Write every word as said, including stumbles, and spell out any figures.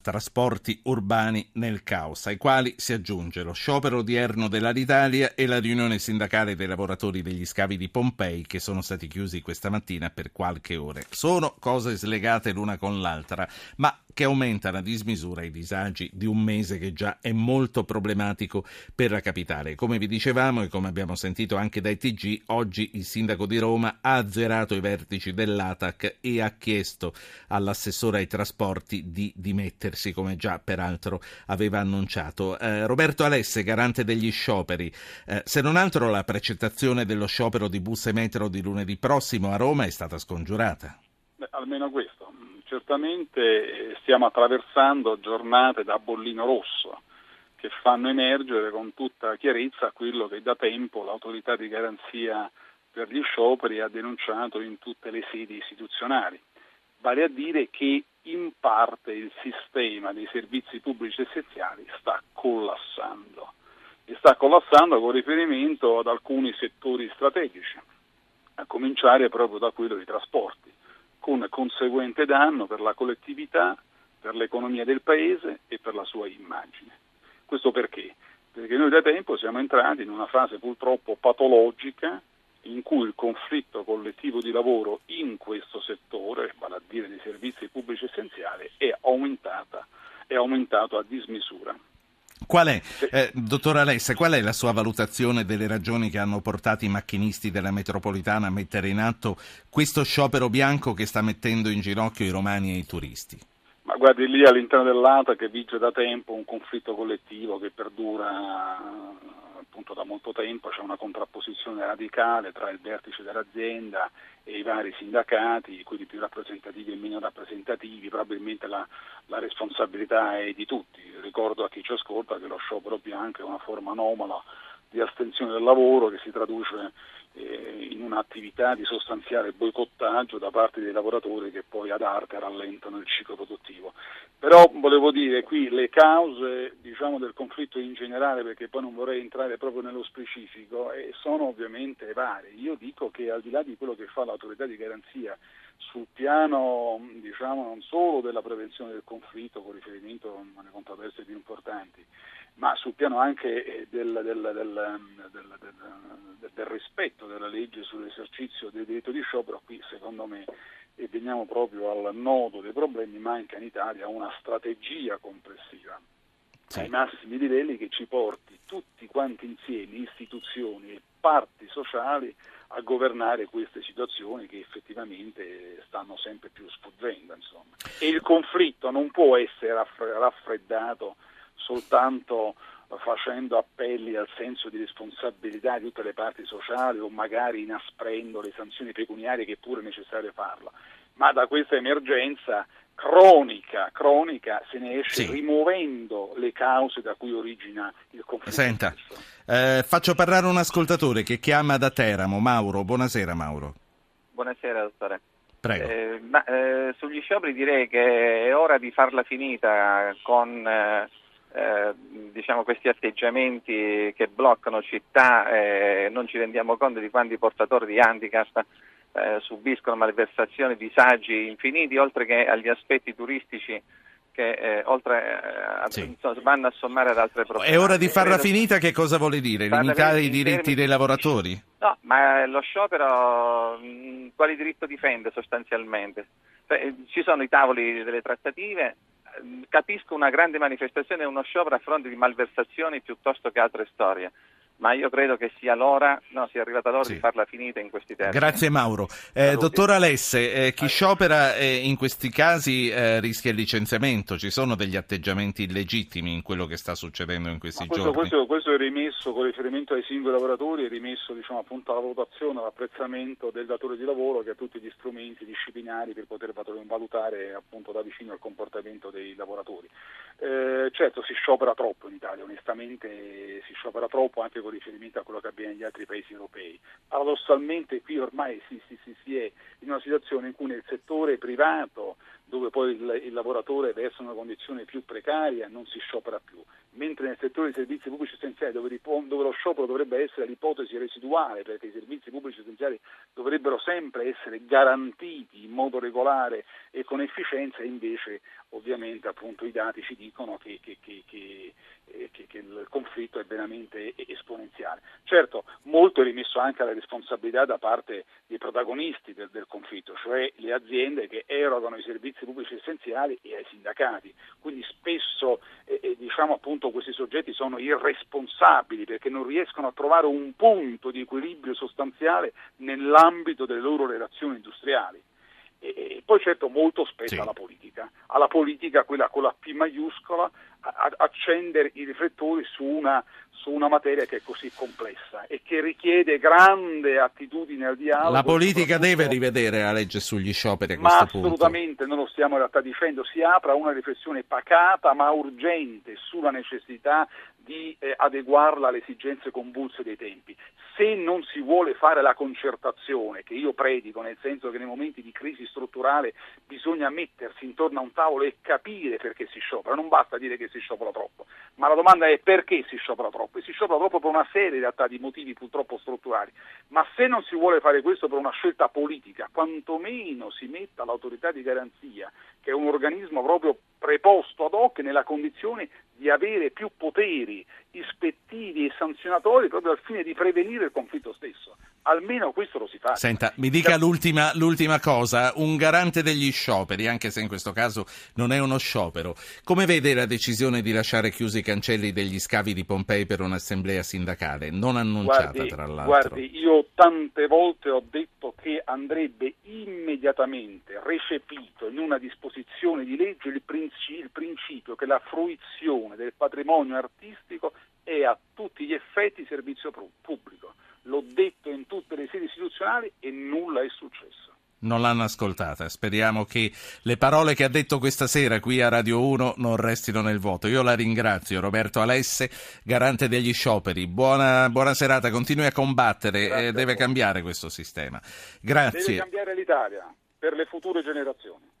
Trasporti urbani nel caos, ai quali si aggiunge lo sciopero odierno dell'Alitalia e la riunione sindacale dei lavoratori degli scavi di Pompei che sono stati chiusi questa mattina per qualche ora. Sono cose slegate l'una con l'altra, ma che aumentano a dismisura i disagi di un mese che già è molto problematico per la capitale. Come vi dicevamo e come abbiamo sentito anche dai T G, oggi il sindaco di Roma ha azzerato i vertici dell'A T A C e ha chiesto all'assessore ai trasporti di dimettersi, come già peraltro aveva annunciato. Eh, Roberto Alesse, garante degli scioperi, eh, se non altro la precettazione dello sciopero di bus e metro di lunedì prossimo a Roma è stata scongiurata. Beh, almeno questo. Certamente stiamo attraversando giornate da bollino rosso che fanno emergere con tutta chiarezza quello che da tempo l'autorità di garanzia per gli scioperi ha denunciato in tutte le sedi istituzionali, vale a dire che in parte il sistema dei servizi pubblici essenziali sta collassando e sta collassando con riferimento ad alcuni settori strategici, a cominciare proprio da quello dei trasporti, con conseguente danno per la collettività, per l'economia del paese e per la sua immagine. Questo perché? Perché noi da tempo siamo entrati in una fase purtroppo patologica in cui il conflitto collettivo di lavoro in questo settore, vale a dire dei servizi pubblici essenziali, è aumentata, è aumentato a dismisura. Qual è, eh, dottor Alesse, qual è la sua valutazione delle ragioni che hanno portato i macchinisti della metropolitana a mettere in atto questo sciopero bianco che sta mettendo in ginocchio i romani e i turisti? Ma guardi, lì all'interno dell'A T A che vige da tempo un conflitto collettivo che perdura appunto da molto tempo, c'è una contrapposizione radicale tra il vertice dell'azienda e i vari sindacati, quelli più rappresentativi e meno rappresentativi. Probabilmente la, la responsabilità è di tutti. Ricordo a chi ci ascolta che lo sciopero bianco è una forma anomala di astensione dal lavoro che si traduce eh, in un'attività di sostanziale boicottaggio da parte dei lavoratori che poi ad arte rallentano il ciclo produttivo. Però volevo dire qui le cause diciamo del conflitto in generale, perché poi non vorrei entrare proprio nello specifico, e sono ovviamente varie. Io dico che al di là di quello che fa l'autorità di garanzia sul piano diciamo non solo della prevenzione del conflitto con riferimento alle controversie più importanti, ma sul piano anche del, del, del, del, del, del rispetto della legge sull'esercizio del diritto di sciopero, qui secondo me, e veniamo proprio al nodo dei problemi, manca in Italia una strategia complessiva ai massimi livelli che ci porti tutti quanti insieme, istituzioni e parti sociali, a governare queste situazioni che effettivamente stanno sempre più sfuggendo, insomma. E il conflitto non può essere raffreddato soltanto facendo appelli al senso di responsabilità di tutte le parti sociali o magari inasprendo le sanzioni pecuniarie, che pure è necessario farlo, ma da questa emergenza cronica, cronica se ne esce sì. rimuovendo le cause da cui origina il conflitto. Senta, eh, faccio parlare un ascoltatore che chiama da Teramo, Mauro. Buonasera Mauro. Buonasera dottore. Prego. Eh, ma, eh, sugli scioperi direi che è ora di farla finita con eh, eh, diciamo questi atteggiamenti che bloccano città e non ci rendiamo conto di quanti portatori di handicap eh, subiscono malversazioni, disagi infiniti, oltre che agli aspetti turistici che eh, oltre a, sì. insomma, vanno a sommare ad altre problematiche. È ora di farla Credo... finita, che cosa vuole dire? Limitare i diritti dei lavoratori? No, ma lo sciopero mh, quali diritto difende sostanzialmente? Cioè, ci sono i tavoli delle trattative, capisco una grande manifestazione e uno sciopero a fronte di malversazioni piuttosto che altre storie. Ma io credo che sia l'ora, no, sia arrivata l'ora sì. di farla finita in questi termini. Grazie Mauro. Eh, dottor Alesse, eh, chi sciopera eh, in questi casi eh, rischia il licenziamento. Ci sono degli atteggiamenti illegittimi in quello che sta succedendo in questi questo, giorni? Questo, questo è rimesso con riferimento ai singoli lavoratori, è rimesso diciamo, appunto alla valutazione, all'apprezzamento del datore di lavoro, che ha tutti gli strumenti disciplinari per poter valutare appunto da vicino il comportamento dei lavoratori. Eh, certo si sciopera troppo in Italia, onestamente si sciopera troppo anche con riferimento a quello che avviene negli altri paesi europei. Paradossalmente qui ormai si, si, si, si è in una situazione in cui nel settore privato, dove poi il, il lavoratore versa una condizione più precaria, non si sciopera più, mentre nel settore dei servizi pubblici essenziali, dove, dove lo sciopero dovrebbe essere l'ipotesi residuale, perché i servizi pubblici essenziali dovrebbero sempre essere garantiti in modo regolare e con efficienza, invece ovviamente appunto i dati ci dicono che, che, che, che, che, che il conflitto è veramente esponenziale. Certo, molto è rimesso anche alla responsabilità da parte dei protagonisti del, del conflitto, cioè le aziende che erogano i servizi pubblici essenziali e ai sindacati, quindi spesso eh, eh, diciamo appunto questi soggetti sono irresponsabili perché non riescono a trovare un punto di equilibrio sostanziale nell'ambito delle loro relazioni industriali. E poi certo molto spetta sì. alla politica, alla politica quella con la P maiuscola, a, a accendere i riflettori su una, su una materia che è così complessa e che richiede grande attitudine al dialogo. La politica deve rivedere la legge sugli scioperi a ma questo punto. assolutamente non lo stiamo in realtà dicendo, si apra una riflessione pacata ma urgente sulla necessità di eh, adeguarla alle esigenze convulse dei tempi. Se non si vuole fare la concertazione, che io predico, nel senso che nei momenti di crisi strutturale bisogna mettersi intorno a un tavolo e capire perché si sciopera, non basta dire che si sciopera troppo, ma la domanda è perché si sciopera troppo, e si sciopera troppo per una serie in realtà di motivi purtroppo strutturali, ma se non si vuole fare questo per una scelta politica, quantomeno si metta l'autorità di garanzia, che è un organismo proprio preposto ad hoc nella condizione di avere più poteri ispettivi e sanzionatori proprio al fine di prevenire il conflitto stesso. Almeno questo lo si fa. Senta, mi dica l'ultima, l'ultima cosa, un garante degli scioperi, anche se in questo caso non è uno sciopero, come vede la decisione di lasciare chiusi i cancelli degli scavi di Pompei per un'assemblea sindacale, non annunciata guardi, tra l'altro? Guardi, io tante volte ho detto che andrebbe immediatamente recepito in una disposizione di legge il, princi- il principio che la fruizione del patrimonio artistico è a tutti gli effetti servizio pubblico. L'ho detto in tutte le sedi istituzionali e nulla è successo. Non l'hanno ascoltata. Speriamo che le parole che ha detto questa sera qui a Radio uno non restino nel vuoto. Io la ringrazio, Roberto Alesse, garante degli scioperi. Buona, buona serata, continui a combattere, eh, deve cambiare questo sistema. Grazie. Deve cambiare l'Italia per le future generazioni.